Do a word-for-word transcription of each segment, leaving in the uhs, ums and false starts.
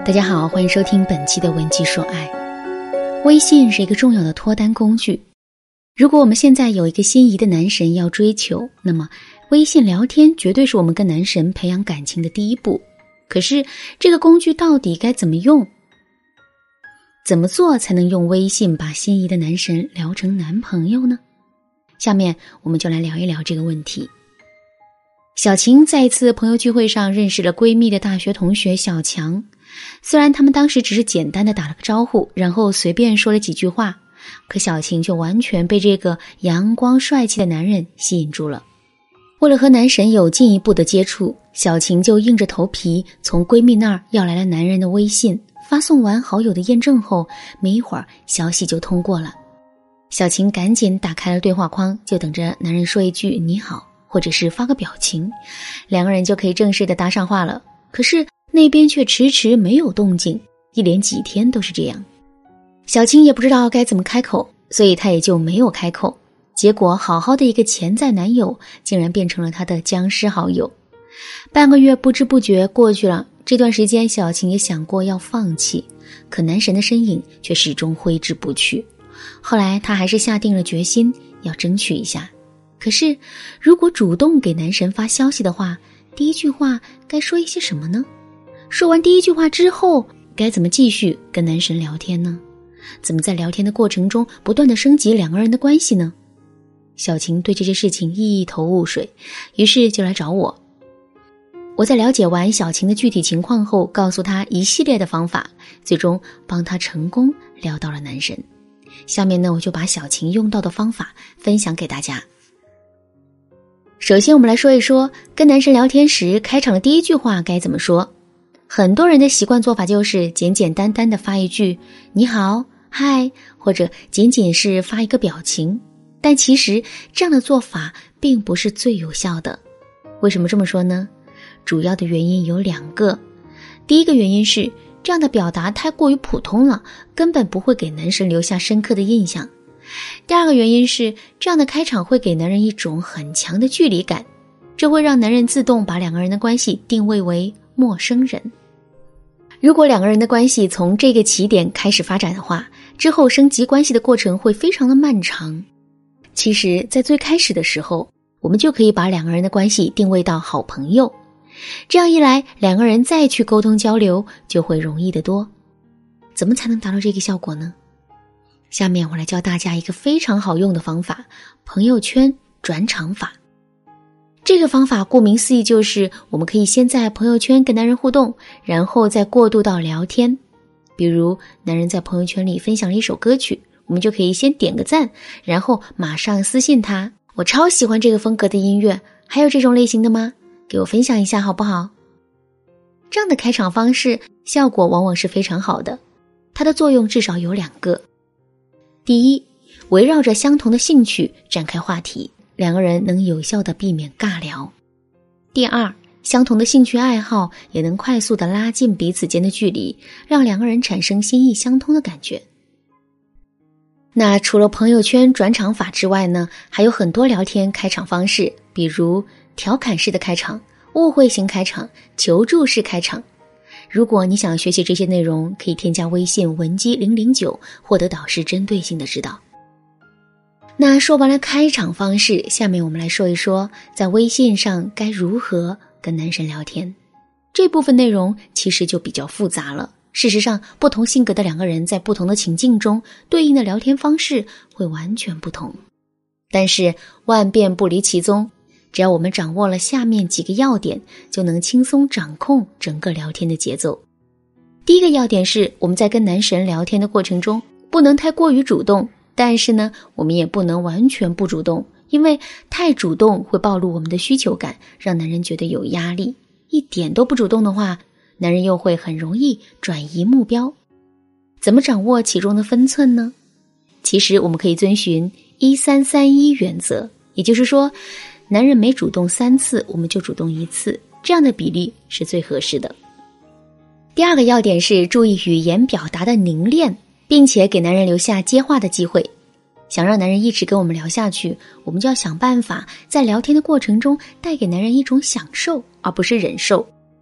大家好，欢迎收听本期的文姬说爱。微信是一个重要的脱单工具。如果我们现在有一个心仪的男神要追求，那么微信聊天绝对是我们跟男神培养感情的第一步。可是这个工具到底该怎么用？怎么做才能用微信把心仪的男神聊成男朋友呢？下面我们就来聊一聊这个问题。小晴在一次朋友聚会上认识了闺蜜的大学同学小强，虽然他们当时只是简单的打了个招呼，然后随便说了几句话，可小晴却完全被这个阳光帅气的男人吸引住了。为了和男神有进一步的接触，小晴就硬着头皮从闺蜜那儿要来了男人的微信，发送完好友的验证后，没一会儿消息就通过了。小晴赶紧打开了对话框，就等着男人说一句你好，或者是发个表情，两个人就可以正式的搭上话了。可是那边却迟迟没有动静，一连几天都是这样。小青也不知道该怎么开口，所以她也就没有开口。结果好好的一个潜在男友竟然变成了她的僵尸好友。半个月不知不觉过去了，这段时间小青也想过要放弃，可男神的身影却始终挥之不去。后来她还是下定了决心要争取一下。可是如果主动给男神发消息的话，第一句话该说一些什么呢？说完第一句话之后，该怎么继续跟男神聊天呢？怎么在聊天的过程中不断的升级两个人的关系呢？小晴对这些事情一头雾水，于是就来找我。我在了解完小晴的具体情况后，告诉她一系列的方法，最终帮她成功聊到了男神。下面呢，我就把小晴用到的方法分享给大家。首先我们来说一说跟男神聊天时开场的第一句话该怎么说。很多人的习惯做法就是简简单单的发一句你好嗨，或者仅仅是发一个表情，但其实这样的做法并不是最有效的。为什么这么说呢？主要的原因有两个。第一个原因是这样的表达太过于普通了，根本不会给男神留下深刻的印象。第二个原因是这样的开场会给男人一种很强的距离感，这会让男人自动把两个人的关系定位为陌生人。如果两个人的关系从这个起点开始发展的话，之后升级关系的过程会非常的漫长。其实在最开始的时候，我们就可以把两个人的关系定位到好朋友，这样一来两个人再去沟通交流就会容易得多。怎么才能达到这个效果呢？下面我来教大家一个非常好用的方法，朋友圈转场法。这个方法顾名思义，就是我们可以先在朋友圈跟男人互动，然后再过渡到聊天。比如男人在朋友圈里分享了一首歌曲，我们就可以先点个赞，然后马上私信他，我超喜欢这个风格的音乐，还有这种类型的吗？给我分享一下好不好？这样的开场方式效果往往是非常好的，它的作用至少有两个。第一，围绕着相同的兴趣展开话题，两个人能有效地避免尬聊。第二，相同的兴趣爱好也能快速地拉近彼此间的距离，让两个人产生心意相通的感觉。那除了朋友圈转场法之外呢，还有很多聊天开场方式，比如调侃式的开场、误会型开场、求助式开场。如果你想学习这些内容，可以添加微信文姬零零九，获得导师针对性的指导。那说完了开场方式，下面我们来说一说在微信上该如何跟男神聊天。这部分内容其实就比较复杂了。事实上，不同性格的两个人在不同的情境中，对应的聊天方式会完全不同。但是万变不离其宗，只要我们掌握了下面几个要点，就能轻松掌控整个聊天的节奏。第一个要点是，我们在跟男神聊天的过程中，不能太过于主动，但是呢，我们也不能完全不主动，因为太主动会暴露我们的需求感，让男人觉得有压力。一点都不主动的话，男人又会很容易转移目标。怎么掌握其中的分寸呢？其实我们可以遵循一三三一原则，也就是说，男人每主动三次，我们就主动一次，这样的比例是最合适的。第二个要点是注意语言表达的凝练，并且给男人留下接话的机会。想让男人一直跟我们聊下去，我们就要想办法在聊天的过程中带给男人一种享受，而不是忍受。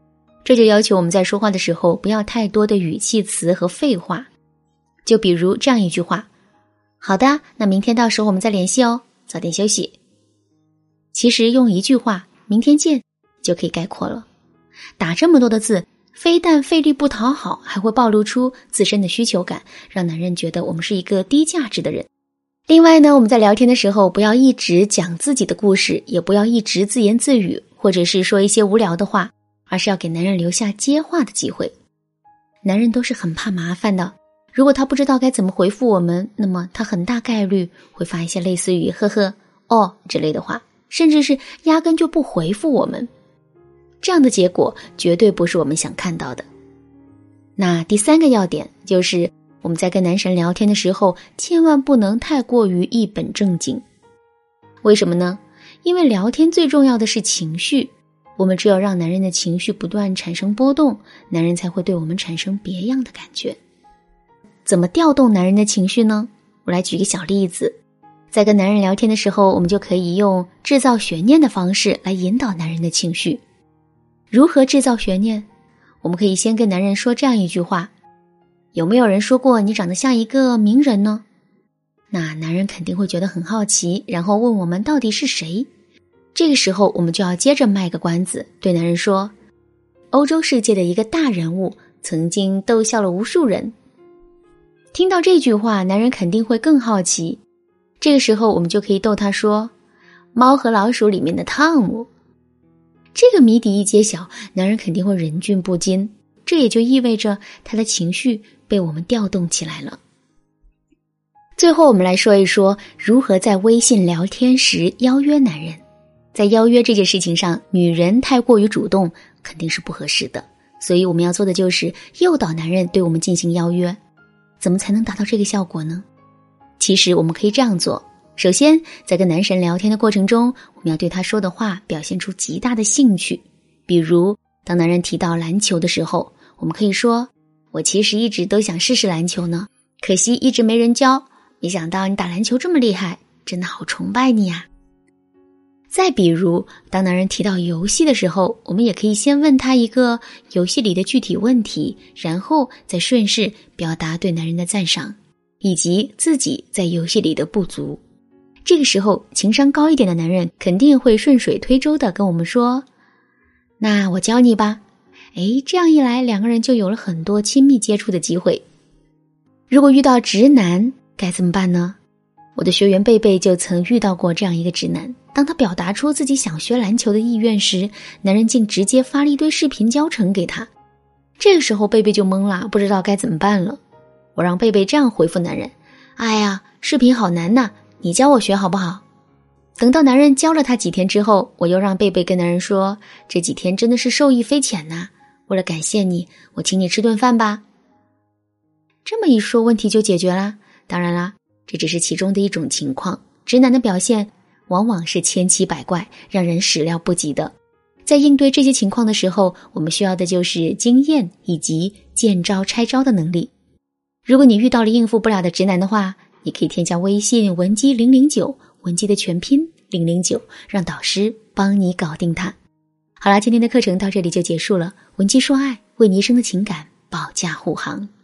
这就要求我们在说话的时候不要太多的语气词和废话。就比如这样一句话，好的，那明天到时候我们再联系哦，早点休息。其实用一句话明天见就可以概括了。打这么多的字，非但费力不讨好，还会暴露出自身的需求感，让男人觉得我们是一个低价值的人。另外呢，我们在聊天的时候不要一直讲自己的故事，也不要一直自言自语，或者是说一些无聊的话，而是要给男人留下接话的机会。男人都是很怕麻烦的，如果他不知道该怎么回复我们，那么他很大概率会发一些类似于呵呵、哦之类的话，甚至是压根就不回复我们。这样的结果绝对不是我们想看到的。那第三个要点就是我们在跟男神聊天的时候，千万不能太过于一本正经。为什么呢？因为聊天最重要的是情绪，我们只有让男人的情绪不断产生波动，男人才会对我们产生别样的感觉。怎么调动男人的情绪呢？我来举个小例子。在跟男人聊天的时候，我们就可以用制造悬念的方式来引导男人的情绪。如何制造悬念？我们可以先跟男人说这样一句话，有没有人说过你长得像一个名人呢？那男人肯定会觉得很好奇，然后问我们到底是谁。这个时候我们就要接着卖个关子，对男人说，欧洲世界的一个大人物曾经逗笑了无数人。听到这句话，男人肯定会更好奇。这个时候我们就可以逗他说，猫和老鼠里面的汤姆。这个谜底一揭晓，男人肯定会忍俊不禁，这也就意味着他的情绪被我们调动起来了。最后我们来说一说如何在微信聊天时邀约男人。在邀约这件事情上，女人太过于主动肯定是不合适的，所以我们要做的就是诱导男人对我们进行邀约。怎么才能达到这个效果呢？其实我们可以这样做。首先，在跟男神聊天的过程中，我们要对他说的话表现出极大的兴趣。比如当男人提到篮球的时候，我们可以说，我其实一直都想试试篮球呢，可惜一直没人教，没想到你打篮球这么厉害，真的好崇拜你呀。再比如当男人提到游戏的时候，我们也可以先问他一个游戏里的具体问题，然后再顺势表达对男人的赞赏，以及自己在游戏里的不足。这个时候情商高一点的男人肯定会顺水推舟地跟我们说，那我教你吧。诶，这样一来两个人就有了很多亲密接触的机会。如果遇到直男该怎么办呢？我的学员贝贝就曾遇到过这样一个直男，当他表达出自己想学篮球的意愿时，男人竟直接发了一堆视频教程给他。这个时候贝贝就懵了，不知道该怎么办了。我让贝贝这样回复男人，哎呀，视频好难呐，你教我学好不好？等到男人教了他几天之后，我又让贝贝跟男人说，这几天真的是受益匪浅呐，为了感谢你，我请你吃顿饭吧。这么一说，问题就解决啦。当然啦，这只是其中的一种情况，直男的表现往往是千奇百怪，让人始料不及的。在应对这些情况的时候，我们需要的就是经验以及见招拆招的能力。如果你遇到了应付不了的直男的话，你可以添加微信文姬零零九，文姬的全拼零零九，让导师帮你搞定他。好啦，今天的课程到这里就结束了。文姬说爱，为你一生的情感保驾护航。